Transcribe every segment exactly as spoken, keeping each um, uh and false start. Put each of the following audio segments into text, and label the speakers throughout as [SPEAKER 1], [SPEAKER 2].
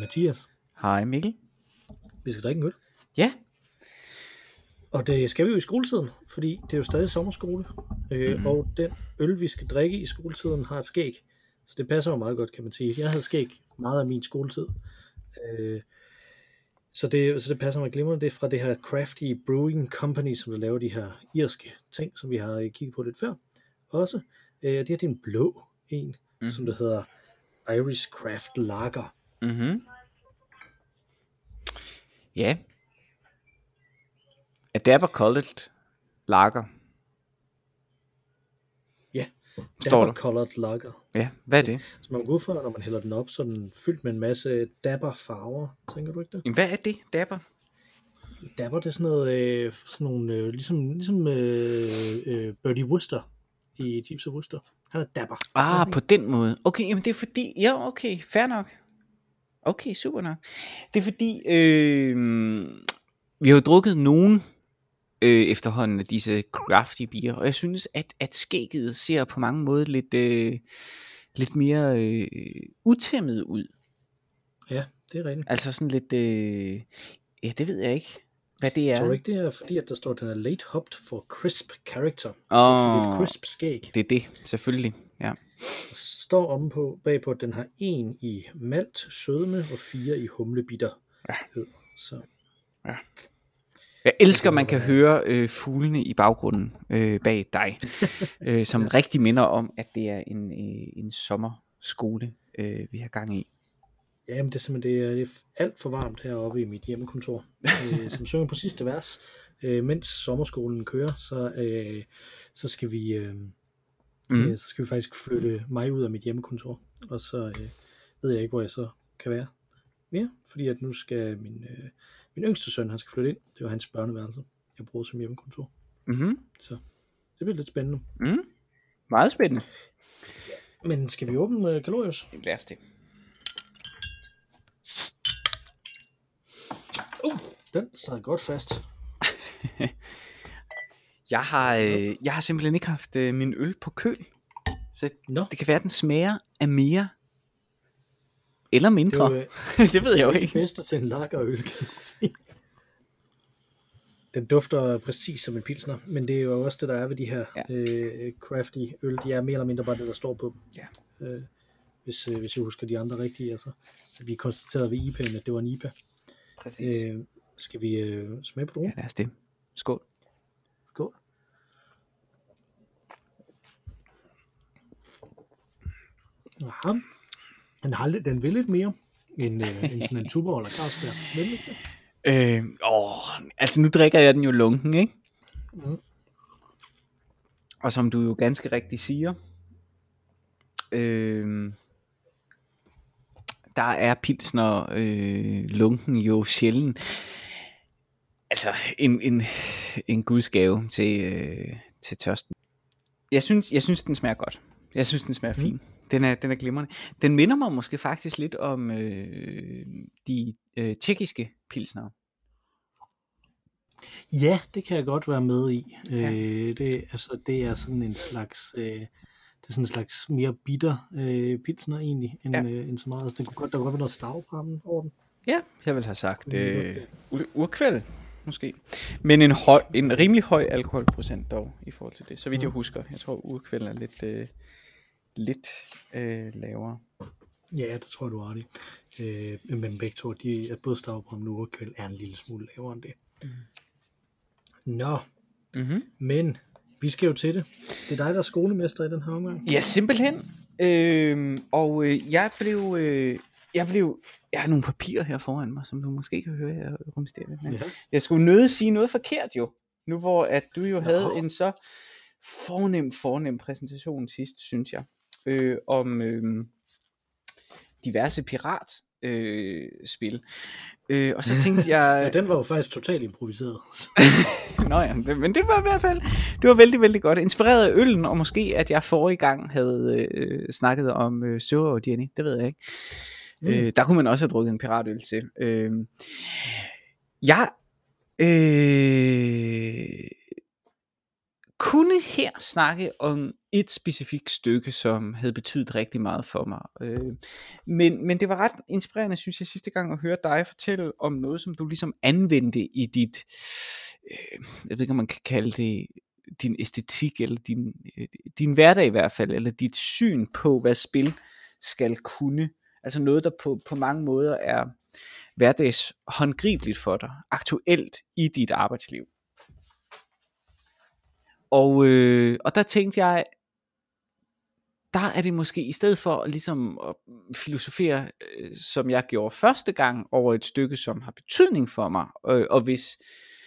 [SPEAKER 1] Mathias.
[SPEAKER 2] Hej Mikkel.
[SPEAKER 1] Vi skal drikke en øl.
[SPEAKER 2] Ja.
[SPEAKER 1] Og det skal vi jo i skoletiden, fordi det er jo stadig sommerskole. Øh, mm-hmm. Og den øl, vi skal drikke i skoletiden, har et skæg. Så det passer jo meget godt, kan man sige. Jeg havde skæg meget af min skoletid. Øh, så, det, så det passer mig glimrende. Det er fra det her Crafty Brewing Company, som der laver de her irske ting, som vi har kigget på lidt før. Også. Øh, det her det er en blå en, mm-hmm. som der hedder Irish Craft Lager.
[SPEAKER 2] Mhm. Ja. A Dapper Colored Lager.
[SPEAKER 1] Ja,
[SPEAKER 2] Står
[SPEAKER 1] Dapper Colored Lager.
[SPEAKER 2] Ja, hvad er det?
[SPEAKER 1] Så man går ud fra, når man hælder den op, så er den fyldt med en masse dapper farver. Tænker du ikke det?
[SPEAKER 2] Jamen, hvad er det, Dapper?
[SPEAKER 1] Dapper, det er sådan noget, øh, sådan nogle, øh, ligesom, ligesom øh, øh, Bertie Wooster i Jeeves of Wooster. Han er dapper.
[SPEAKER 2] Ah, på den måde. Okay, jamen det er fordi, ja okay, fair nok. Okay, super nok. Det er fordi, øh, vi har jo drukket nogen øh, efterhånden af disse crafty bier, og jeg synes, at, at skægget ser på mange måder lidt, øh, lidt mere øh, utæmmet ud.
[SPEAKER 1] Ja, det er rigtigt.
[SPEAKER 2] Altså sådan lidt, øh, ja det ved jeg ikke, hvad det er.
[SPEAKER 1] Jeg tror ikke, det er fordi, at der står, at den er late hopped for crisp character.
[SPEAKER 2] Åh,
[SPEAKER 1] det er et crisp skæg.
[SPEAKER 2] Det er det, selvfølgelig, ja.
[SPEAKER 1] Der står omme på, bagpå, at den har en i malt, sødme og fire i humlebitter.
[SPEAKER 2] Ja.
[SPEAKER 1] Så.
[SPEAKER 2] Ja. Jeg elsker, at man kan høre øh, fuglene i baggrunden øh, bag dig, øh, som ja. rigtig minder om, at det er en, øh, en sommerskole, øh, vi har gang i.
[SPEAKER 1] Jamen, det er simpelthen det er, det er alt for varmt heroppe i mit hjemmekontor, øh, som synger på sidste vers. Øh, mens sommerskolen kører, så, øh, så, skal vi, øh, mm. øh, så skal vi faktisk flytte mig ud af mit hjemmekontor. Og så øh, ved jeg ikke, hvor jeg så kan være mere, fordi at nu skal min, øh, min yngste søn, han skal flytte ind. Det var hans børneværelse, jeg bruger som hjemmekontor.
[SPEAKER 2] Mm-hmm.
[SPEAKER 1] Så det bliver lidt spændende.
[SPEAKER 2] Mm. Meget spændende.
[SPEAKER 1] Men skal vi åbne øh, Kalorius?
[SPEAKER 2] Lad os det.
[SPEAKER 1] Uh, den sad godt fast.
[SPEAKER 2] jeg har øh, jeg har simpelthen ikke haft øh, min øl på køl, så
[SPEAKER 1] Nå.
[SPEAKER 2] det kan være, at den smager af mere eller mindre. Det, jo, det ved jeg jo ikke.
[SPEAKER 1] Det er bedst til en lagerøl, kan man sige. Den dufter præcis som en pilsner, men det er jo også det, der er ved de her ja. øh, crafty øl. De er mere eller mindre bare det, der står på dem.
[SPEAKER 2] Ja.
[SPEAKER 1] Øh, hvis, øh, hvis jeg husker de andre rigtige. Altså. Vi konstaterede ved I PA'en, at det var en I P A.
[SPEAKER 2] Præcis.
[SPEAKER 1] Øh, skal vi øh, smage på det?
[SPEAKER 2] Ja, lad os det. Skål.
[SPEAKER 1] Skål. Aha. Den, har lidt, den vil lidt mere end, øh, end sådan en Tuborg eller Carlsberg. Vil lidt
[SPEAKER 2] øh, åh, altså nu drikker jeg den jo lunken, ikke?
[SPEAKER 1] Mm.
[SPEAKER 2] Og som du jo ganske rigtigt siger, øh, der er pilsner øh, lunken jo sjældent. Altså en, en, en gudsgave til, øh, til tørsten. Jeg synes, jeg synes, den smager godt. Jeg synes, den smager mm. fint. Den er, den er glimrende. Den minder mig måske faktisk lidt om øh, de øh, tjekkiske pilsner.
[SPEAKER 1] Ja, det kan jeg godt være med i.
[SPEAKER 2] Ja.
[SPEAKER 1] Øh, det, altså, det er sådan en slags, øh, det er sådan en slags mere bitter øh, pilsner egentlig, end, ja. øh, end så meget. Altså, den kunne godt, der kunne godt være noget stavbrænden over den.
[SPEAKER 2] Ja, jeg vil have sagt øh, urkvæl måske. Men en, høj, en rimelig høj alkoholprocent dog i forhold til det. Så vidt jeg husker. Jeg tror urkvæl er lidt, øh, lidt øh, lavere.
[SPEAKER 1] Ja, det tror jeg, du har det. Øh, men begge to, de er både stavbrænden og urkvæl er en lille smule lavere end det. Mm. Nå, mm-hmm. Men vi skal jo til det. Det er dig, der er skolemester i den her omgang.
[SPEAKER 2] Ja, simpelthen. Øh, og øh, jeg blev, øh, jeg blev, jeg har nogle papirer her foran mig, som du måske kan høre, jeg rumsterer lidt med. Ja. Jeg skulle nødt sige noget forkert jo, nu hvor at du jo Nå. havde en så fornem, fornem præsentation sidst, synes jeg, øh, om øh, diverse pirat øh, spil. Øh, og så tænkte jeg...
[SPEAKER 1] ja, den var jo faktisk totalt improviseret.
[SPEAKER 2] Nå ja, det, men det var i hvert fald, det var vældig, vældig godt. Inspireret af øllen, og måske at jeg forrige gang havde øh, snakket om øh, Søger og Jenny, det ved jeg ikke. Mm. Øh, der kunne man også have drukket en piratøl til. Øh, jeg øh, kunne vil her snakke om et specifikt stykke, som havde betydet rigtig meget for mig. Øh, men, men det var ret inspirerende, synes jeg, sidste gang at høre dig fortælle om noget, som du ligesom anvendte i dit, øh, jeg ved ikke, om man kan kalde det, din æstetik, eller din, øh, din hverdag i hvert fald, eller dit syn på, hvad spil skal kunne. Altså noget, der på, på mange måder er hverdags håndgribeligt for dig, aktuelt i dit arbejdsliv. Og, øh, og der tænkte jeg, der er det måske i stedet for ligesom at filosofere, øh, som jeg gjorde første gang, over et stykke, som har betydning for mig, øh, og hvis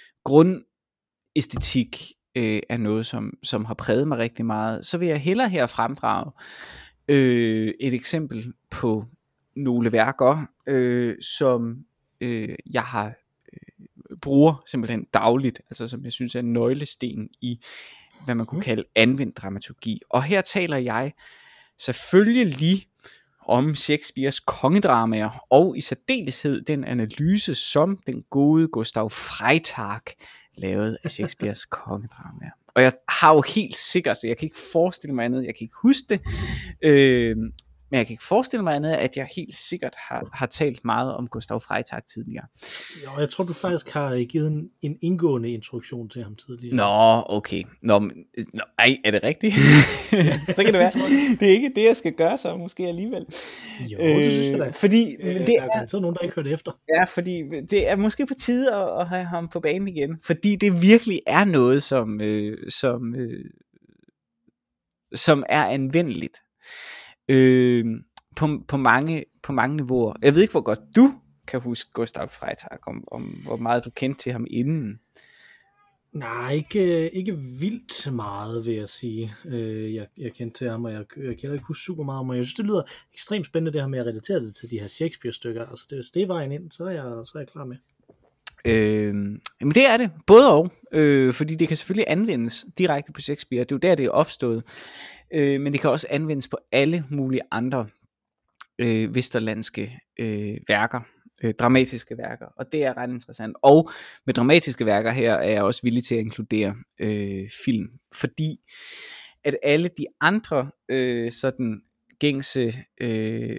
[SPEAKER 2] grundæstetik øh, er noget, som, som har præget mig rigtig meget, så vil jeg hellere her fremdrage øh, et eksempel på nogle værker, øh, som øh, jeg har øh, bruger simpelthen dagligt, altså som jeg synes er en nøglesten i, hvad man kunne kalde anvendt dramaturgi. Og her taler jeg selvfølgelig om Shakespeares kongedramaer, og i særdeleshed den analyse, som den gode Gustav Freytag lavede af Shakespeares kongedramaer. Og jeg har jo helt sikkert, så jeg kan ikke forestille mig andet, jeg kan ikke huske det, øh, men jeg kan ikke forestille mig andet, at jeg helt sikkert har, har talt meget om Gustav Freytag tidligere.
[SPEAKER 1] Ja, jeg tror, du faktisk har givet en, en indgående introduktion til ham tidligere.
[SPEAKER 2] Nå, okay. Nå, men, nå ej, er det rigtigt? Så kan det være. Det er ikke det, jeg skal gøre så måske alligevel.
[SPEAKER 1] Jo, det synes jeg da.
[SPEAKER 2] Øh, fordi,
[SPEAKER 1] øh,
[SPEAKER 2] det
[SPEAKER 1] der er
[SPEAKER 2] er
[SPEAKER 1] altid nogen, der ikke hørte efter.
[SPEAKER 2] Ja, fordi det er måske på tide at, at have ham på banen igen. Fordi det virkelig er noget, som, øh, som, øh, som er anvendeligt. Øh, på, på, mange, på mange niveauer. Jeg ved ikke, hvor godt du kan huske Gustav Freytag, om, om hvor meget du kendte til ham inden.
[SPEAKER 1] Nej, ikke, ikke vildt meget, vil jeg sige. Øh, jeg, jeg kendte til ham, og jeg, jeg kan heller ikke huske super meget om, og jeg synes, det lyder ekstremt spændende, det her med at relatere det til de her Shakespeare-stykker. Altså, det, hvis det er vejen ind, så er jeg, så er jeg klar med.
[SPEAKER 2] Øh, men det er det, både og, øh, fordi det kan selvfølgelig anvendes direkte på Shakespeare, det er jo der, det er opstået, øh, men det kan også anvendes på alle mulige andre øh, vesterlandske øh, værker, øh, dramatiske værker, og det er ret interessant. Og med dramatiske værker her er jeg også villig til at inkludere øh, film, fordi at alle de andre øh, sådan gængse øh,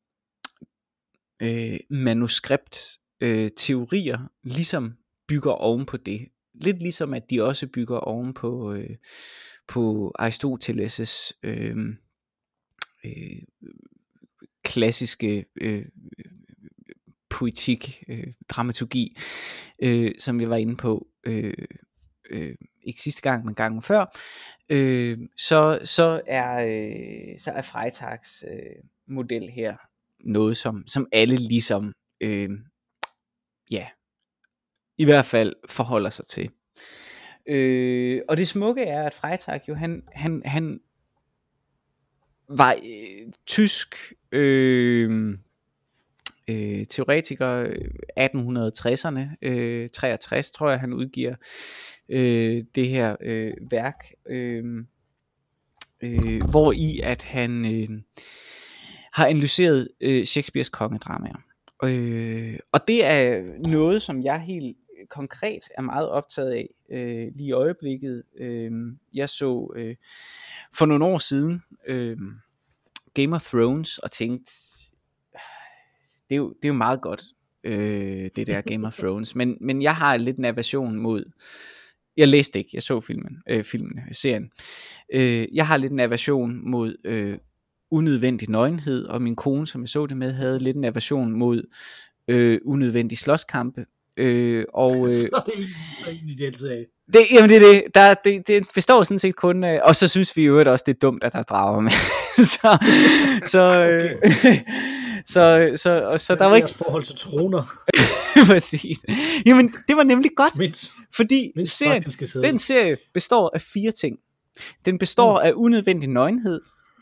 [SPEAKER 2] øh, manuskript øh, teorier ligesom bygger oven på det. Lidt ligesom at de også bygger oven på, øh, på Aristoteles' øh, øh, klassiske øh, poetik, øh, dramaturgi, øh, som jeg var inde på, øh, øh, ikke sidste gang, men gangen før, øh, så, så, er, øh, så er Freytags øh, model her noget, som, som alle ligesom, øh, ja, i hvert fald forholder sig til. Øh, og det smukke er, at Freytag jo, han, han, han var øh, tysk øh, øh, teoretiker atten tresserne, øh, treogtres tror jeg, han udgiver øh, det her øh, værk, øh, øh, hvor i at han øh, har analyseret øh, Shakespeares kongedramaer. Øh, og det er noget, som jeg helt konkret er meget optaget af øh, lige i øjeblikket. Øh, jeg så øh, for nogle år siden øh, Game of Thrones og tænkte, det er jo, det er jo meget godt, øh, det der Game of Thrones, men, men jeg har lidt en aversion mod, jeg læste ikke, jeg så filmen, øh, filmen serien, øh, jeg har lidt en aversion mod øh, unødvendig nøgenhed, og min kone, som jeg så det med, havde lidt en aversion mod øh, unødvendig slåskampe. Øh, og, øh, så
[SPEAKER 1] det er egentlig det altid af.
[SPEAKER 2] Det, jamen det er det, der, det, det består sådan set kun, øh, og så synes vi jo også, det er dumt, at der er drager med. så, så, øh, okay. så, så, så, så der var ikke
[SPEAKER 1] forhold til troner.
[SPEAKER 2] Præcis. Jamen det var nemlig godt,
[SPEAKER 1] mindst,
[SPEAKER 2] fordi
[SPEAKER 1] mindst
[SPEAKER 2] serien, den serie består af fire ting. Den består mm. af unødvendig nøgenhed,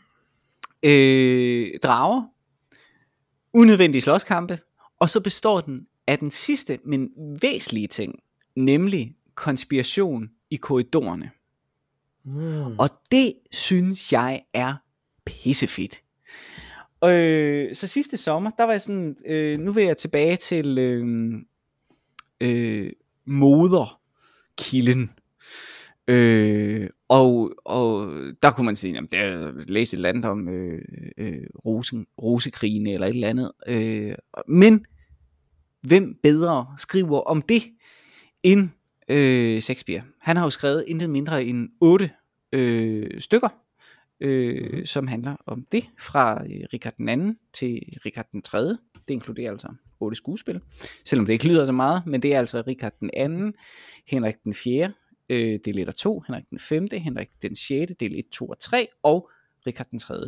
[SPEAKER 2] øh, drager, unødvendige slåskampe, og så består den af den sidste, men væsentlige ting, nemlig konspiration i korridorerne. Mm. Og det synes jeg er pissefedt. Øh, så sidste sommer, der var jeg sådan, øh, nu vil jeg tilbage til øh, øh, moderkilden. Øh, og, og der kunne man sige, jamen, der er læst et eller andet om øh, øh, rosen, rosekrigene eller et eller andet. Øh, men hvem bedre skriver om det end øh, Shakespeare? Han har jo skrevet intet mindre end otte øh, stykker, øh, mm-hmm. som handler om det, fra Richard den anden til Richard den tredje. Det inkluderer altså otte skuespil, selvom det ikke lyder så meget, men det er altså Richard den anden, Henrik den fjerde, øh, del et og to, Henrik den femte, Henrik den sjette, del et, to og tre, og Richard den tredje.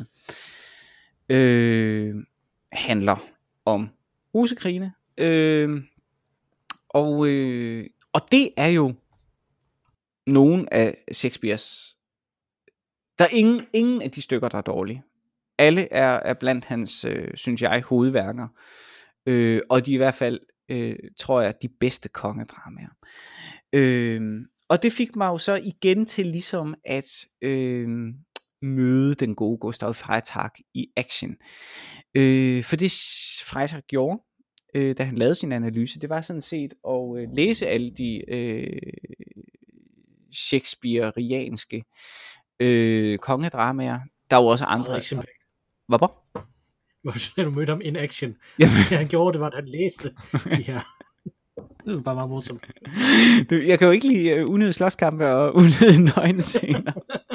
[SPEAKER 2] Øh, handler om rosekrigene, øh, og, øh, og det er jo nogle af Shakespeares. Der er ingen, ingen af de stykker, der er dårlige. Alle er, er blandt hans, øh, synes jeg, hovedværker. Øh, og de er i hvert fald, øh, tror jeg, de bedste kongedramaer. Øh, og det fik mig jo så igen til ligesom at øh, møde den gode Gustav Freytag i action. Øh, for det Freytag gjorde, øh, da han lavede sin analyse, det var sådan set at øh, læse alle de øh, shakespearianske øh, kongedramaer. Der er jo også andre. Hvorfor?
[SPEAKER 1] Hvorfor du mødte ham in action?
[SPEAKER 2] Jamen.
[SPEAKER 1] Det han gjorde, det var, at han læste de her. Det var bare meget morsomt.
[SPEAKER 2] Jeg kan jo ikke lide uh, unødige slåskampe og unødige nøgenscener.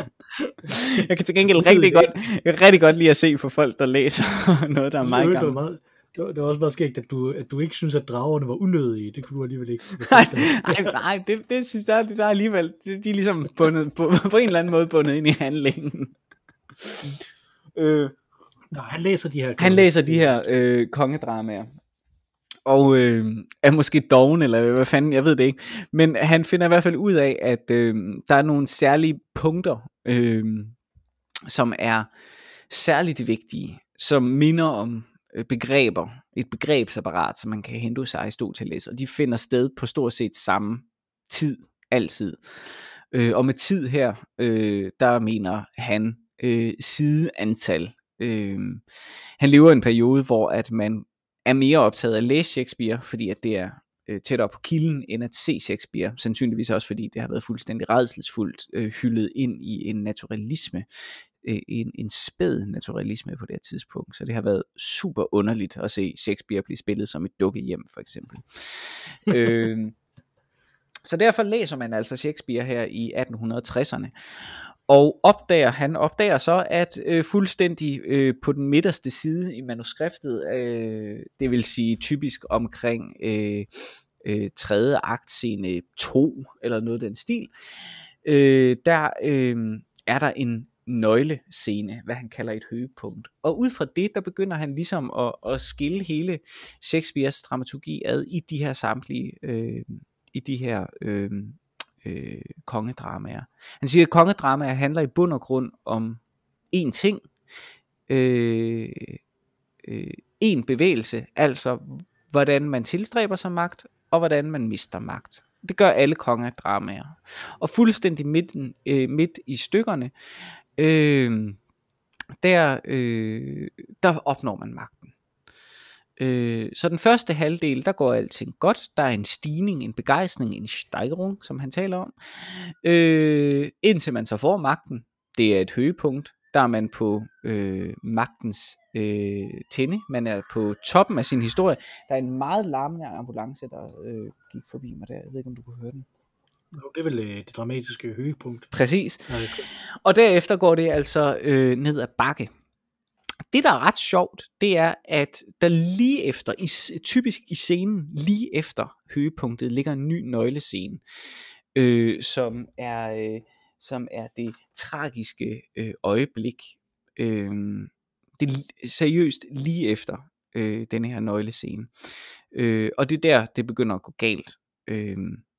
[SPEAKER 2] Jeg kan til gengæld rigtig godt, jeg kan rigtig godt lide at se på folk, der læser noget, der er meget gammelt.
[SPEAKER 1] Det, det, var, det var også meget skægt, at du, at du ikke synes, at dragerne var unødige. Det kunne du alligevel ikke.
[SPEAKER 2] Nej, nej, nej det, det synes jeg, det der alligevel, de, de er ligesom bundet, på, på en eller anden måde bundet ind i handlingen. øh,
[SPEAKER 1] Nå, han læser de her.
[SPEAKER 2] Han læser de her øh, kongedramaer. Og øh, er måske doven, eller hvad fanden, jeg ved det ikke. Men han finder i hvert fald ud af, at øh, der er nogle særlige punkter, øh, som er særligt vigtige, som minder om øh, begreber, et begrebsapparat, som man kan hente hos Aristoteles, og de finder sted på stort set samme tid, altid. Øh, og med tid her, øh, der mener han øh, sideantal. Øh, han lever i en periode, hvor at man er mere optaget af at læse Shakespeare, fordi at det er øh, tættere på kilden, end at se Shakespeare. Sandsynligvis også, fordi det har været fuldstændig rædselsfuldt øh, hyldet ind i en naturalisme, øh, en, en spæd naturalisme på det her tidspunkt. Så det har været super underligt at se Shakespeare blive spillet som et dukkehjem, for eksempel. øh, så derfor læser man altså Shakespeare her i atten tresserne. Og opdager, han opdager så, at øh, fuldstændig øh, på den midterste side i manuskriptet, øh, det vil sige typisk omkring øh, øh, tredje akt, scene to, eller noget af den stil, øh, der øh, er der en nøglescene, hvad han kalder et højdepunkt. Og ud fra det, der begynder han ligesom at, at skille hele Shakespeares dramaturgi ad i de her samtlige, øh, i de her øh, Øh, kongedramaer. Han siger, at kongedramaer handler i bund og grund om én ting, øh, øh, én bevægelse, altså hvordan man tilstræber sig magt, og hvordan man mister magt. Det gør alle kongedramaer. Og fuldstændig midt, øh, midt i stykkerne, øh, der, øh, der opnår man magten. Så den første halvdel, der går alting godt. Der er en stigning, en begejstring, en steigerung, som han taler om. Øh, indtil man så får magten. Det er et højdepunkt. Der er man på øh, magtens øh, tinde. Man er på toppen af sin historie. Der er en meget larmende ambulance, der øh, gik forbi mig der. Jeg ved ikke, om du kunne høre den.
[SPEAKER 1] Det er vel øh, det dramatiske højdepunkt.
[SPEAKER 2] Præcis. Okay. Og derefter går det altså øh, ned ad bakke. Det, der er ret sjovt, det er, at der lige efter, i, typisk i scenen, lige efter højdepunktet, ligger en ny nøglescene, øh, som, er, øh, som er det tragiske øh, øjeblik. Øh, det er seriøst lige efter øh, denne her nøglescene. Øh, og det er der, det begynder at gå galt. Øh,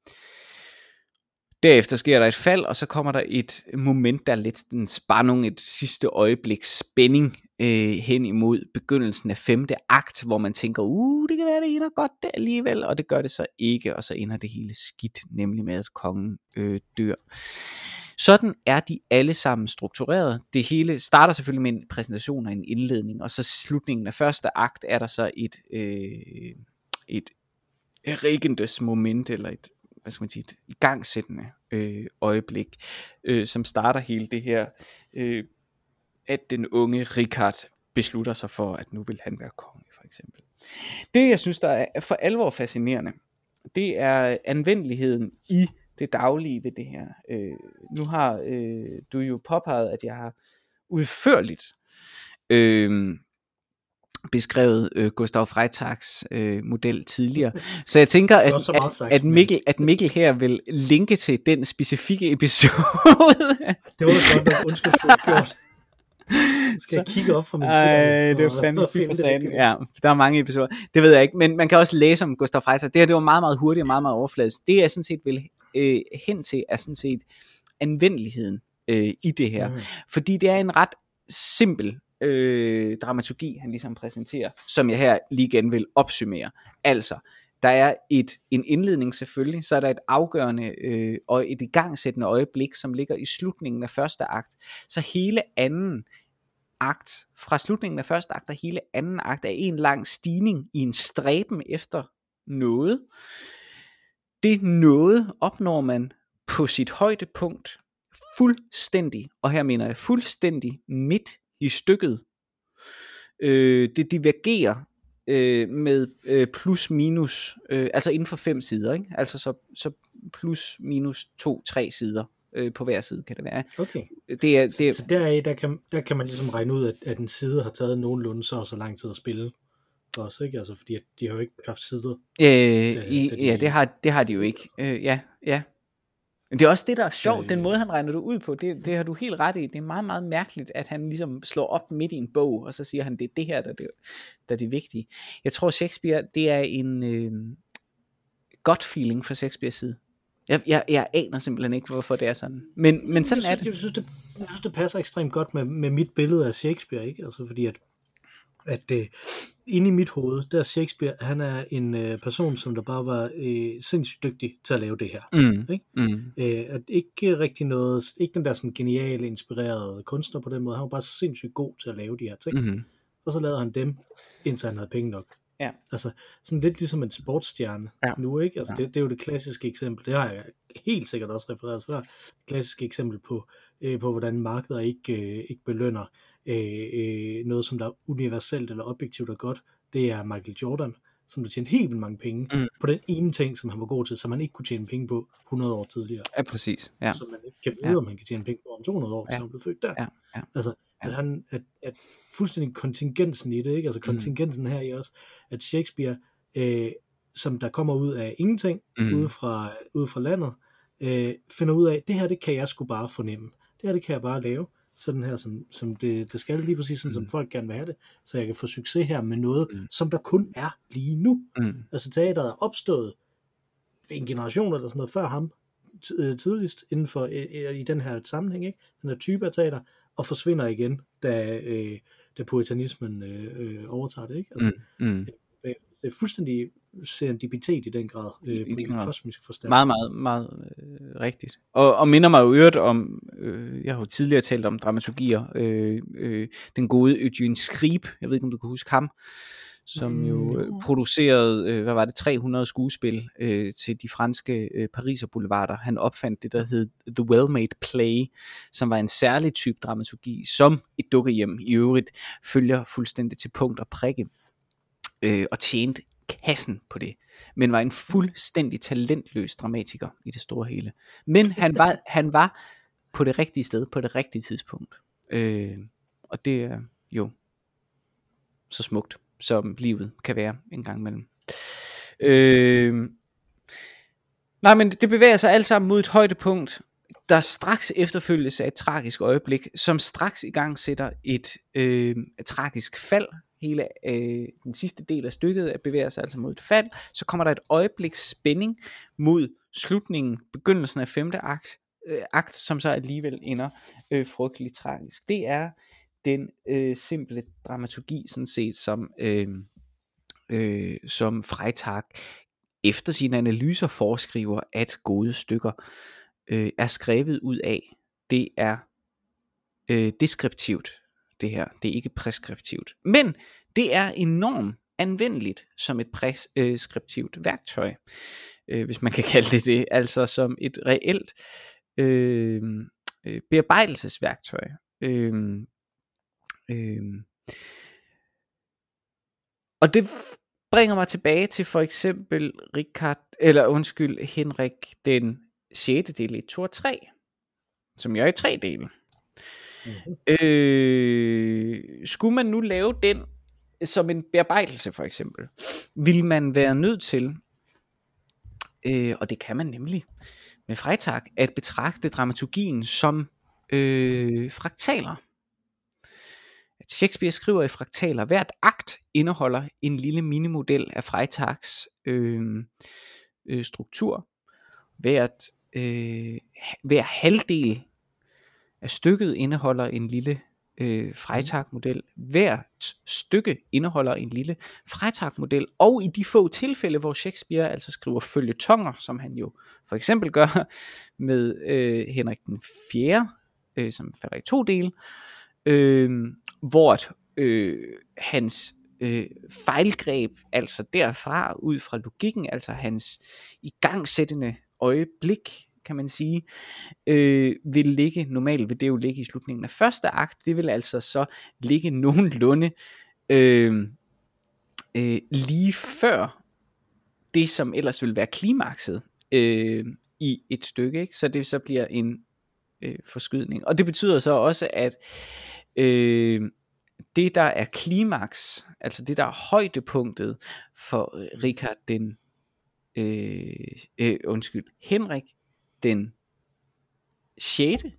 [SPEAKER 2] Derefter sker der et fald, og så kommer der et moment, der er lidt en spænding, et sidste øjebliks spænding øh, hen imod begyndelsen af femte akt, hvor man tænker, uh, det kan være, det ender godt der alligevel, og det gør det så ikke, og så ender det hele skidt, nemlig med, at kongen øh, dør. Sådan er de alle sammen struktureret. Det hele starter selvfølgelig med en præsentation og en indledning, og så slutningen af første akt er der så et, øh, et Regendes moment, eller et hvad skal man sige, et igangsættende øh, øjeblik, øh, som starter hele det her, øh, at den unge Richard beslutter sig for, at nu vil han være konge, for eksempel. Det, jeg synes, der er for alvor fascinerende, det er anvendeligheden i det daglige ved det her. Øh, nu har øh, du jo påpeget, at jeg har udførligt øh, beskrevet øh, Gustav Freytags øh, model tidligere. Så jeg tænker, at, at, at, Mikkel, at Mikkel her vil linke til den specifikke episode.
[SPEAKER 1] Det var godt nok, undskyld for gjort. Skal jeg kigge op fra min
[SPEAKER 2] Ej, det var fandme fint for sagen. Ja, der er mange episoder. Det ved jeg ikke, men man kan også læse om Gustav Freytag. Det her, det var meget, meget hurtigt og meget, meget overfladisk. Det er sådan set vil øh, hen til, er sådan set anvendeligheden øh, i det her. Mm. Fordi det er en ret simpel øh, dramaturgi, han ligesom præsenterer, som jeg her lige igen vil opsummere. Altså, der er et, en indledning selvfølgelig, så er der et afgørende øh, og et igangsættende øjeblik, som ligger i slutningen af første akt. Så hele anden akt, fra slutningen af første akt og hele anden akt, er en lang stigning i en stræben efter noget. Det noget opnår man på sit højdepunkt fuldstændig, og her mener jeg fuldstændig midt i stykket. Øh, det divergerer øh, med øh, plus minus, øh, altså inden for fem sider, ikke? Altså så, så plus minus to, tre sider øh, på hver side kan det være.
[SPEAKER 1] Okay.
[SPEAKER 2] Det er, det er,
[SPEAKER 1] så deraf, der kan, der kan man ligesom regne ud, at, at en side har taget nogenlunde så og så lang tid at spille. Også, ikke? Altså, fordi de har jo ikke haft sider.
[SPEAKER 2] Øh, da, i, da de... Ja, det har, det har de jo ikke. Øh, ja, ja. Men det er også det, der er sjovt, øh, den måde, han regner det ud på, det, det har du helt ret i. Det er meget, meget mærkeligt, at han ligesom slår op midt i en bog, og så siger han, det er det her, der er det, der er det vigtige. Jeg tror, Shakespeare, det er en øh, godt feeling fra Shakespeares side. Jeg, jeg, jeg aner simpelthen ikke, hvorfor det er sådan. Men, men sådan
[SPEAKER 1] jeg
[SPEAKER 2] er
[SPEAKER 1] synes,
[SPEAKER 2] det.
[SPEAKER 1] Jeg synes, det. Jeg synes, det passer ekstremt godt med, med mit billede af Shakespeare, ikke? Altså, fordi at at øh, inde i mit hoved, der er Shakespeare, han er en øh, person, som der bare var øh, sindssygt dygtig til at lave det her.
[SPEAKER 2] Mm.
[SPEAKER 1] Ikke?
[SPEAKER 2] Mm.
[SPEAKER 1] Øh, at ikke rigtig noget, ikke den der sådan geniale, inspirerede kunstner på den måde, han var bare sindssygt god til at lave de her ting.
[SPEAKER 2] Mm-hmm.
[SPEAKER 1] Og så lavede han dem, indtil han havde penge nok.
[SPEAKER 2] Ja.
[SPEAKER 1] Altså, sådan lidt ligesom en sportsstjerne ja. nu, ikke? Altså, ja. det, det er jo det klassiske eksempel, det har jeg helt sikkert også refereret før, det klassiske eksempel på, øh, på hvordan markeder ikke, øh, ikke belønner øh, øh, noget, som der er universelt eller objektivt og godt. Det er Michael Jordan, som der tjente helt vildt mange penge mm. på den ene ting, som han var god til, som man ikke kunne tjene penge på hundrede år tidligere.
[SPEAKER 2] Ja, præcis. Ja.
[SPEAKER 1] Så man ikke kan vide, ja. om man kan tjene penge på om to hundrede år, ja. så han blev født der.
[SPEAKER 2] Ja. Ja.
[SPEAKER 1] Altså, at han, at, at fuldstændig kontingensen i det, ikke? Altså kontingensen her i også, at Shakespeare, øh, som der kommer ud af ingenting, mm. ude, fra, ude fra landet, øh, finder ud af, det her, det kan jeg sgu bare fornemme. Det her, det kan jeg bare lave, sådan her, som, som det, det skal lige præcis sådan, mm. som folk gerne vil have det, så jeg kan få succes her med noget, mm. som der kun er lige nu. Mm. Altså teateret er opstået en generation eller sådan noget før ham, tidligst inden for i, i den her sammenhæng, ikke? Den her type af teater, og forsvinder igen, da, øh, da puritanismen øh, overtager det, ikke? Altså, mm, mm. Det, det er fuldstændig serendipitet i den grad, øh, I på den kosmiske forstand.
[SPEAKER 2] Meget, meget, meget øh, rigtigt. Og, og minder mig jo øvrigt om, øh, jeg har jo tidligere talt om dramaturgier, øh, øh, den gode Eugene Scribe, jeg ved ikke, om du kan huske ham, som jo øh, producerede, øh, hvad var det, tre hundrede skuespil øh, til de franske øh, Pariser boulevarder. Han opfandt det, der hed The Well-Made Play, som var en særlig type dramaturgi, som et dukkehjem i øvrigt følger fuldstændig til punkt og prikke, øh, og tjente kassen på det, men var en fuldstændig talentløs dramatiker i det store hele. Men han var, han var på det rigtige sted, på det rigtige tidspunkt. Øh, og det er jo så smukt, som livet kan være en gang imellem. Øh, nej, men det bevæger sig alt sammen mod et højdepunkt, der straks efterfølges af et tragisk øjeblik, som straks i gang sætter et, øh, et tragisk fald. Hele øh, den sidste del af stykket bevæger sig altså mod et fald. Så kommer der et øjebliks spænding mod slutningen, begyndelsen af femte akt, øh, akt som så alligevel ender øh, frygteligt tragisk. Det er den øh, simple dramaturgi, sådan set, som, øh, øh, som Freytag efter sine analyser foreskriver, at gode stykker øh, er skrevet ud af. Det er øh, deskriptivt, det her. Det er ikke preskriptivt. Men det er enormt anvendeligt som et preskriptivt værktøj. øh, hvis man kan kalde det det, altså som et reelt øh, øh, bearbejdelsesværktøj. Øh, øh, og det bringer mig tilbage til for eksempel Richard, eller undskyld, Henrik den sjette del et, to og tre, som jeg er i tre dele. Mm-hmm. Øh, skulle man nu lave den som en bearbejdelse for eksempel, vil man være nødt til, øh, og det kan man nemlig med Freytag, at betragte dramaturgien som øh, fraktaler. At Shakespeare skriver i fraktaler. Hvert akt indeholder en lille minimodel af Freytags øh, øh, struktur. Hvert, øh, hver halvdel af stykket indeholder en lille øh, Freytag-model. Hvert stykke indeholder en lille Freytag-model. Og i de få tilfælde, hvor Shakespeare altså skriver følgetonger, som han jo for eksempel gør med øh, Henrik den fjerde, øh, som falder i to dele, øh, hvor øh, hans øh, fejlgreb, altså derfra, ud fra logikken, altså hans igangsættende øjeblik, kan man sige, øh, vil ligge, normalt vil det jo ligge i slutningen af første akt, det vil altså så ligge nogenlunde øh, øh, lige før det, som ellers vil være klimakset øh, i et stykke, ikke? Så det så bliver en øh, forskydning, og det betyder så også, at øh, det der er klimaks, altså det der er højdepunktet for Richard den øh, øh, undskyld, Henrik den sjette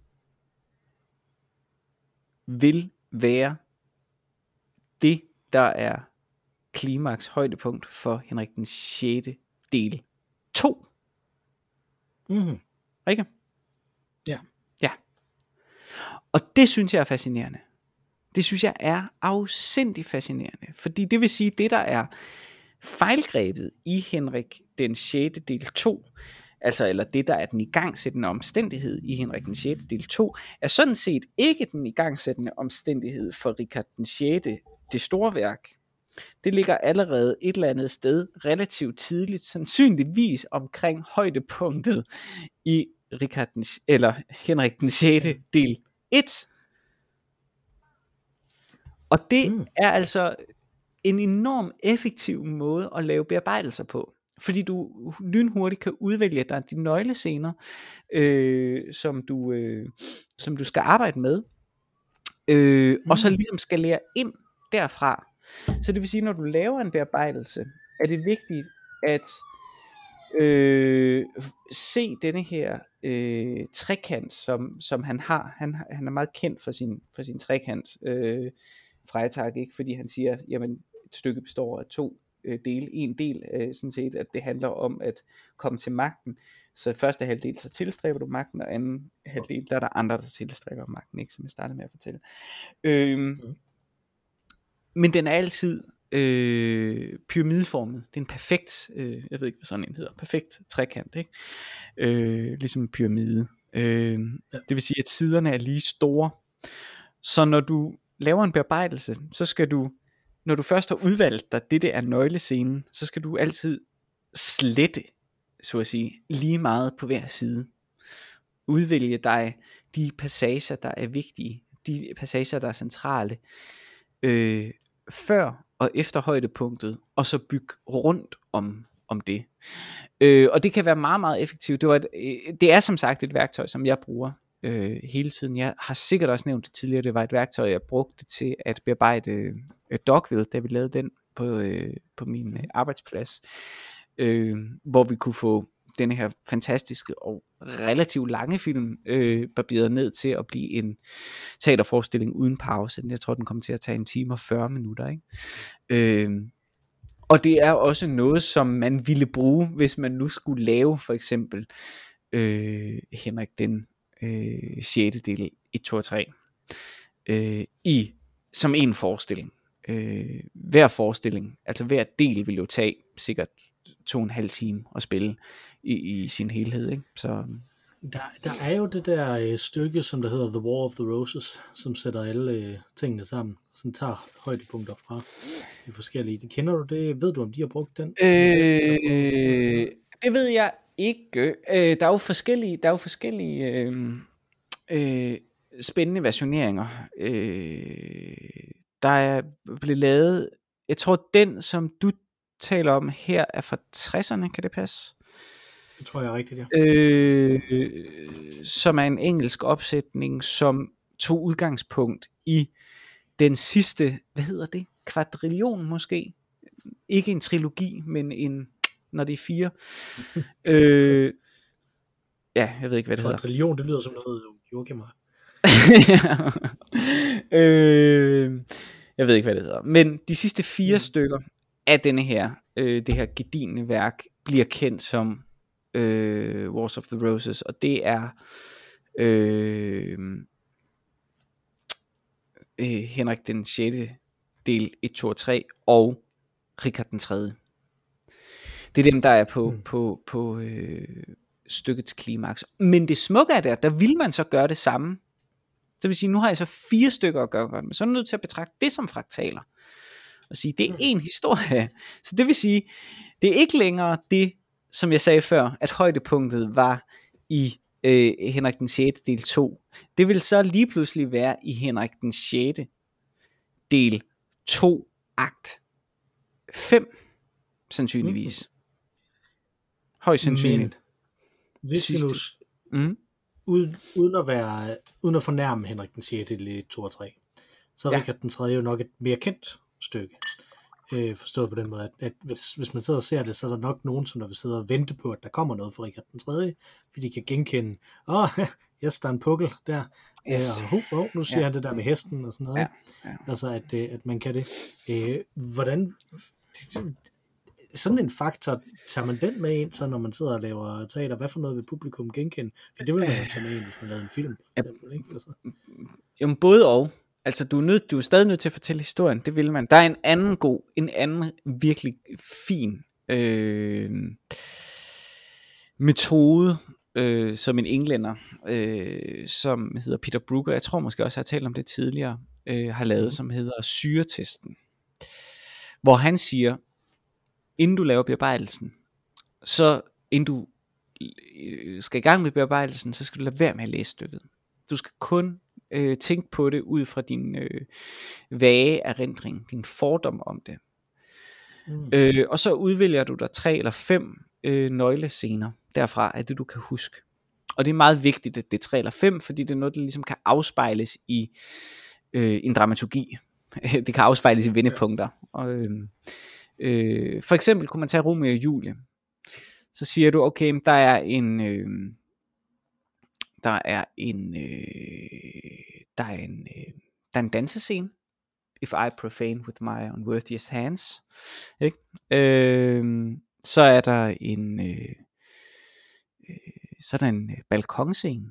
[SPEAKER 2] vil være det, der er klimaks højdepunkt for Henrik den sjette del to.
[SPEAKER 1] Mhm.
[SPEAKER 2] Ikke?
[SPEAKER 1] Ja.
[SPEAKER 2] Ja. Og det synes jeg er fascinerende. Det synes jeg er afsindig fascinerende, fordi det vil sige, det der er fejlgrebet i Henrik den sjette del to, altså eller det der er den igangsættende omstændighed i Henrik den sjette del to, er sådan set ikke den igangsættende omstændighed for Richard den sjette, det store værk. Det ligger allerede et eller andet sted relativt tidligt, sandsynligvis omkring højdepunktet i Richard den, eller Henrik den sjette del et. Og det mm. er altså en enorm effektiv måde at lave bearbejdelser på, fordi du lynhurtigt kan udvælge dig de nøglescener, øh, som, du, øh, som du skal arbejde med, øh, mm. og så ligesom skalere ind derfra. Så det vil sige, når du laver en bearbejdelse, er det vigtigt at øh, se denne her øh, trekant, som, som han har. Han, han er meget kendt for sin, for sin trekant, øh, Freytag, ikke? Fordi han siger, jamen et stykke består af to øh, dele. En del øh, sådan set, at det handler om at komme til magten. Så første halvdel, så tilstræber du magten, og anden halvdel, der er der andre, der tilstræber magten, ikke? Som jeg startede med at fortælle. Øh, mm. Men den er altid øh, pyramideformet. Det er en perfekt, øh, jeg ved ikke hvad sådan en hedder, perfekt trekant, ikke? Øh, ligesom en pyramide. Øh, ja. Det vil sige at siderne er lige store. Så når du laver en bearbejdelse, så skal du, når du først har udvalgt dig, det der er nøglescenen, så skal du altid slette, så at sige, lige meget på hver side. Udvælge dig de passager, der er vigtige, de passager, der er centrale, øh, før og efter højdepunktet, og så bygge rundt om, om det. Øh, og det kan være meget, meget effektivt. Det, var et, det er som sagt et værktøj, som jeg bruger øh, hele tiden. Jeg har sikkert også nævnt det tidligere, det var et værktøj, jeg brugte til at bearbejde øh, Dogville, da vi lavede den på, øh, på min øh, arbejdsplads, øh, hvor vi kunne få denne her fantastiske og relativt lange film øh, barberet ned til at blive en teaterforestilling uden pause. Jeg tror, den kommer til at tage en time og fyrre minutter. Ikke? Øh, og det er også noget, som man ville bruge, hvis man nu skulle lave for eksempel øh, Henrik den øh, sjette del et, to og tre øh, i, som en forestilling. Øh, hver forestilling, altså hver del vil jo tage sikkert to og en halv time at spille i, i sin helhed, ikke? Så
[SPEAKER 1] der, der er jo det der øh, stykke, som der hedder The War of the Roses, som sætter alle øh, tingene sammen, og sådan tager højdepunkter fra de forskellige. Det kender du det? Ved du, om de har brugt den?
[SPEAKER 2] Øh, det ved jeg ikke. Øh, der er jo forskellige, der er jo forskellige øh, øh, spændende versioneringer. Øh, der er blevet lavet, jeg tror den, som du taler om her, er fra tresserne, kan det passe?
[SPEAKER 1] Det tror jeg er rigtigt, ja.
[SPEAKER 2] Øh, som er en engelsk opsætning, som tog udgangspunkt i den sidste, hvad hedder det? Kvadrillion måske? Ikke en trilogi, men en, når det er fire. øh, ja, jeg ved ikke, hvad det hedder.
[SPEAKER 1] Kvadrillion, det lyder som noget Joachim har.
[SPEAKER 2] øh, jeg ved ikke, hvad det hedder. Men de sidste fire mm. stykker af denne her, øh, det her gedigne værk, bliver kendt som øh, Wars of the Roses, og det er øh, øh, Henrik den sjette del et, to og tre og Richard den tredje. Det er dem, der er på, mm. på, på øh, stykkets klimaks. Men det smukke er der, der vil man så gøre det samme. Så vil sige, nu har jeg så fire stykker at gøre med, så er jeg nødt til at betragte det som fraktaler. Og sige, det er en historie. Så det vil sige, det er ikke længere det, som jeg sagde før, at højdepunktet var i øh, Henrik den sjette del to. Det vil så lige pludselig være i Henrik den sjette del to akt fem, sandsynligvis. Højst sandsynligt.
[SPEAKER 1] Men hvis vi nu, mm. uden, uden, at være, uden at fornærme Henrik den sjette del to og tre, så er ja. Richard den tredje jo nok et mere kendt stykke. Øh, forstået på den måde, at, at hvis, hvis man sidder og ser det, så er der nok nogen, som der vil sidde og vente på, at der kommer noget fra Richard den tredje, fordi de kan genkende, åh, oh, yes, der er en pukkel der, yes. øh, og, oh, nu siger ja. han det der med hesten og sådan noget. Ja. Ja. Altså, at, at man kan det. Øh, hvordan, sådan en faktor, tager man den med ind, så når man sidder og laver teater, hvad for noget vil publikum genkende? For det vil man jo tage med ind, hvis man lavede en film. For eksempel, ikke? Altså.
[SPEAKER 2] Jamen, både og. Altså, du er, nødt, du er stadig nødt til at fortælle historien, det vil man. Der er en anden god, en anden virkelig fin øh, metode, øh, som en englænder, øh, som hedder Peter Brooker, jeg tror måske også, jeg har talt om det tidligere, øh, har lavet, mm. som hedder syretesten. Hvor han siger, inden du laver bearbejdelsen, så inden du skal i gang med bearbejdelsen, så skal du lade være med at læse stykket. Du skal kun øh, tænke på det ud fra din øh, vage erindring, din fordom om det. Mm. Øh, og så udvælger du der tre eller fem øh, nøglescener derfra, af det du kan huske. Og det er meget vigtigt, at det er tre eller fem, fordi det er noget, der ligesom kan afspejles i øh, en dramaturgi. Det kan afspejles i vendepunkter. Og, øh, øh, for eksempel kunne man tage Romeo og Julie. Så siger du, okay, der er en øh, der er en øh, der er en øh, der er en dansescene. If I profane with my unworthiest hands, ikke? Øh, så er der en øh, øh, så er der en balkonscene,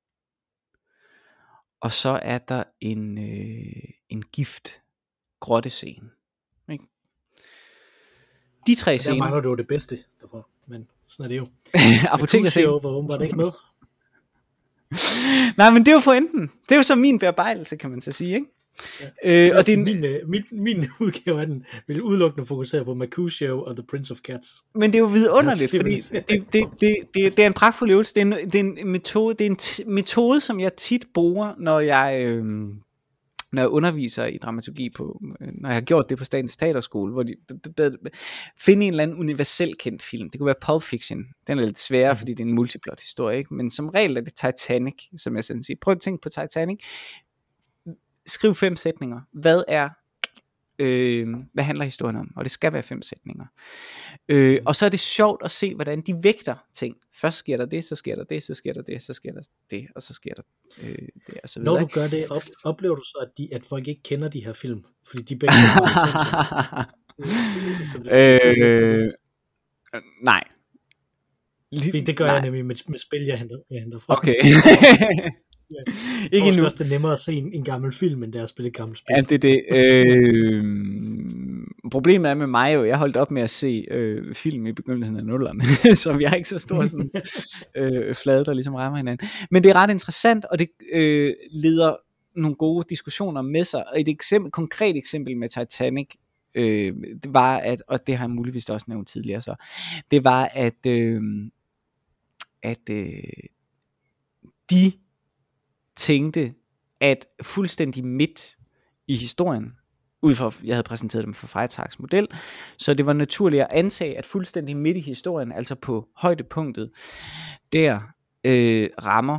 [SPEAKER 2] og så er der en øh, en gift grottescene, ikke? De tre scener.
[SPEAKER 1] Der mangler du det bedste derfor, men sådan er det jo.
[SPEAKER 2] Apotekerscene
[SPEAKER 1] var åbenbart ikke med.
[SPEAKER 2] Nej, men det er jo pointen. Det er jo så min bearbejdelse, kan man så sige, ikke? Ja. Øh, og det er
[SPEAKER 1] min, min, min udgave af den vil udelukkende fokusere på Mercutio og The Prince of Cats.
[SPEAKER 2] Men det er jo vidunderligt, fordi det, det, det, det, det er en pragtfuld øvelse. Det er en, det er en metode, det er en t- metode, som jeg tit bruger, når jeg øh, når jeg underviser i dramaturgi på, når jeg har gjort det på Statens Teaterskole, hvor de finder en eller anden universel kendt film. Det kunne være Pulp Fiction. Den er lidt sværere, fordi det er en multiplot historie, ikke? Men som regel er det Titanic, som jeg sådan siger. Prøv at tænke på Titanic. Skriv fem sætninger. Hvad er øh, hvad handler historien om? Og det skal være fem sætninger. Øh, og så er det sjovt at se, hvordan de vægter ting. Først sker der det, så sker der det, så sker der det, så sker der det, og så sker der øh, det, og så videre.
[SPEAKER 1] Når du gør det, op, oplever du så, at, de, at folk ikke kender de her film? Fordi de begge
[SPEAKER 2] øh, nej.
[SPEAKER 1] Fordi det gør nej. jeg nemlig med, med spil, jeg henter, jeg henter fra.
[SPEAKER 2] Okay.
[SPEAKER 1] Ja. Ikke nu. Det er nemmere at se en, en gammel film, end det er at spille et gammelt spil.
[SPEAKER 2] Ja, det er det. Øh, problemet er med mig jo, jeg holdt op med at se øh, film i begyndelsen af nullerne, så vi har ikke så stor sådan, øh, flade, der ligesom rammer hinanden. Men det er ret interessant, og det øh, leder nogle gode diskussioner med sig. Og et eksempel, konkret eksempel med Titanic øh, det var, at, og det har jeg muligvis også nævnt tidligere så, det var, at, øh, at øh, de tænkte, at fuldstændig midt i historien, ud fra, jeg havde præsenteret dem for Freytags model, så det var naturligt at antage, at fuldstændig midt i historien, altså på højdepunktet, der øh, rammer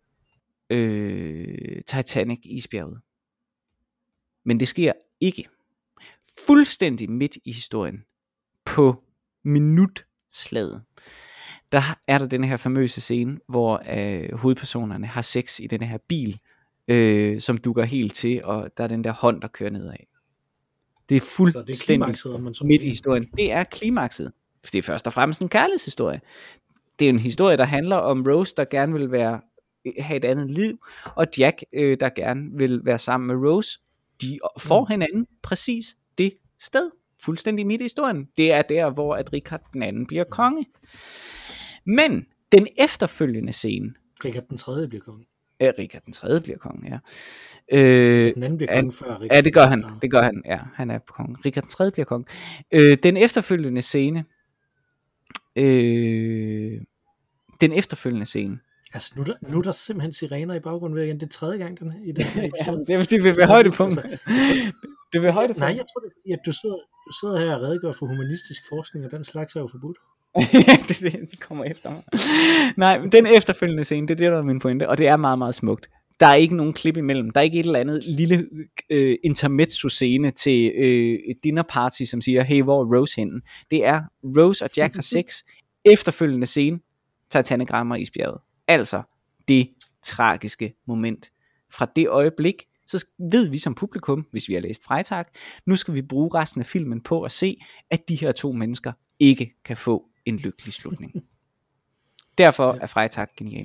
[SPEAKER 2] øh, Titanic isbjerget. Men det sker ikke. Fuldstændig midt i historien, på minutslaget, der er der den her famøse scene, hvor øh, hovedpersonerne har sex i den her bil, øh, som dukker helt til, og der er den der hånd, der kører nedad. Det er fuldstændig midt i historien. Det er klimakset. Det er først og fremmest en kærlighedshistorie. Det er en historie, der handler om Rose, der gerne vil være, have et andet liv, og Jack, øh, der gerne vil være sammen med Rose. De får mm. hinanden præcis det sted. Fuldstændig midt i historien. Det er der, hvor at Richard den anden bliver konge. Men den efterfølgende scene,
[SPEAKER 1] Richard den tredje bliver konge.
[SPEAKER 2] Ja, Richard den tredje bliver konge, ja. Øh,
[SPEAKER 1] den anden bliver konge før Richard.
[SPEAKER 2] Ja, det gør han. Det gør han. Ja, han er konge. Richard den tredje bliver konge. Øh, den efterfølgende scene, øh, den efterfølgende scene.
[SPEAKER 1] Altså nu er der, nu er der simpelthen sirener i baggrunden ved igen. Det er tredje gang den her, i den her episode.
[SPEAKER 2] Ja, det er fordi det vil højdepunkt. Det vil højdepunkt.
[SPEAKER 1] Nej, jeg tror det er fordi at du sidder, du sidder her og redegør for humanistisk forskning, og den slags er jo forbudt.
[SPEAKER 2] Ja, det, det, det kommer efter mig. Nej, men den efterfølgende scene, det er det, der er min pointe, og det er meget, meget smukt. Der er ikke nogen klip imellem. Der er ikke et eller andet lille øh, intermezzo-scene til øh, et dinnerparty, som siger, hey, hvor er Rose henne? Det er Rose og Jack har sex. Efterfølgende scene, Titanic rammer isbjerget. Altså, det tragiske moment. Fra det øjeblik, så ved vi som publikum, hvis vi har læst Freytag, nu skal vi bruge resten af filmen på at se, at de her to mennesker ikke kan få en lykkelig slutning. Derfor er Freytag genial.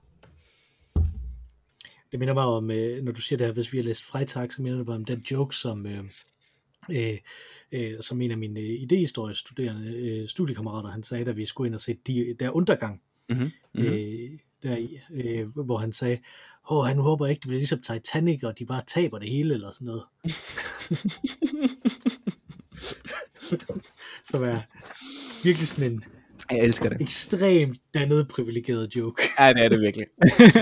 [SPEAKER 1] Det minder mig om, når du siger det her, hvis vi har læst Freytag, så minder det mig om den joke, som, øh, øh, som en af mine idehistoriestuderende øh, studiekammerater, han sagde, da vi skulle ind og se de, der undergang, mm-hmm. øh, deri, øh, hvor han sagde, åh, han håber ikke, det bliver ligesom Titanic, og de bare taber det hele, eller sådan noget. Som er virkelig sådan en
[SPEAKER 2] jeg elsker det.
[SPEAKER 1] ekstremt dannet privilegeret joke.
[SPEAKER 2] Ja, det er det virkelig.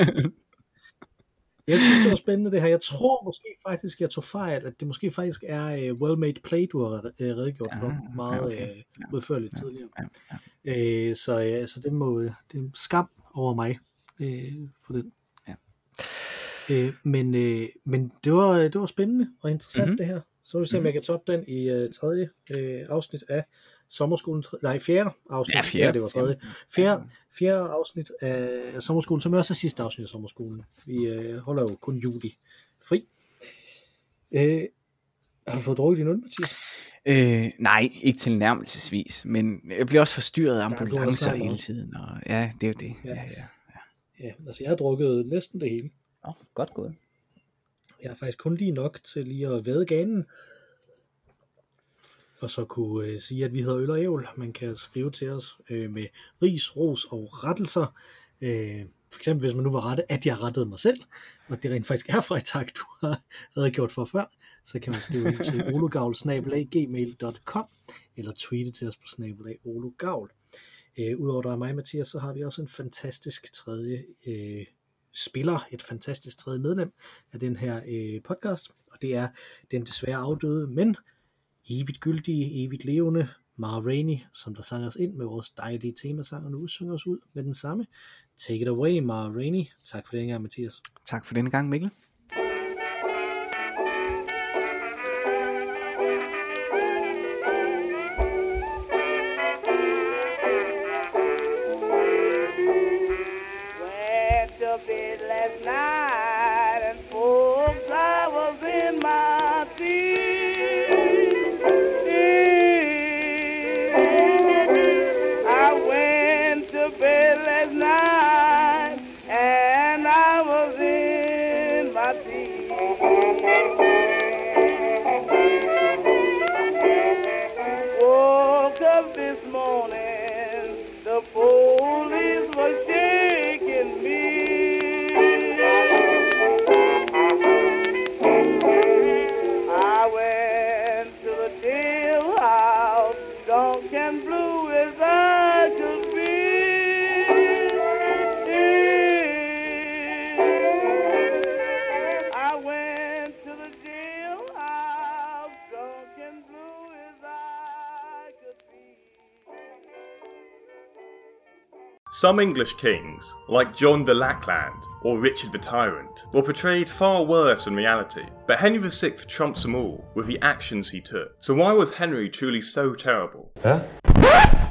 [SPEAKER 1] Jeg synes, det var spændende det her. Jeg tror måske faktisk, jeg tog fejl, at det måske faktisk er uh, well-made play, du har uh, redegjort for ja, meget okay. uh, udførligt ja, tidligere. Ja, ja. Uh, så, uh, så det må det er en skam over mig uh, for den.
[SPEAKER 2] Ja.
[SPEAKER 1] Uh, men uh, men det var det var spændende og interessant mm-hmm. det her. Så vil vi se, om jeg kan toppe den i uh, tredje uh, afsnit af Sommerskolen, nej, fjerde afsnit,
[SPEAKER 2] ja, fjerde.
[SPEAKER 1] Ja, det var tredje, fjerde, fjerde afsnit af Sommerskolen, som også er sidste afsnit af Sommerskolen. Vi øh, holder jo kun juli fri. Øh, har du fået drukket din øl, Mathias?
[SPEAKER 2] Øh, nej, ikke tilnærmelsesvis, men jeg bliver også forstyrret af ambulancer hele tiden, og ja, det er jo det. Ja, ja, ja.
[SPEAKER 1] ja. ja altså jeg har drukket næsten det hele.
[SPEAKER 2] Åh, oh, godt gået.
[SPEAKER 1] Jeg har faktisk kun lige nok til lige at væde ganen, og så kunne øh, sige, at vi hedder Øl og Ævl. Man kan skrive til os øh, med ris, ros og rettelser. Øh, for eksempel, hvis man nu var rette, at jeg rettede mig selv, og det rent faktisk er Freytag, du har redegjort for før, så kan man skrive ind til ologavl snabel-a gmail punktum com eller tweete til os på snabel-a ologavl. Øh, Udover dig og mig, Mathias, så har vi også en fantastisk tredje øh, spiller, et fantastisk tredje medlem af den her øh, podcast, og det er den desværre afdøde, men evigt gyldige, evigt levende Mara Rainey, som der sang os ind med vores dejlige temasang, og nu synger os ud med den samme. Take it away, Mara Rainey. Tak for denne gang, Mathias.
[SPEAKER 2] Tak for denne gang, Mikkel.
[SPEAKER 3] Went to bed last night and folks I was in my seat. Woke up this morning, the police were shaking me. I went to the jail.
[SPEAKER 4] Some English kings, like John the Lackland or Richard the Tyrant, were portrayed far worse in reality, but Henry the Sixth trumps them all with the actions he took. So why was Henry truly so terrible?
[SPEAKER 5] Huh?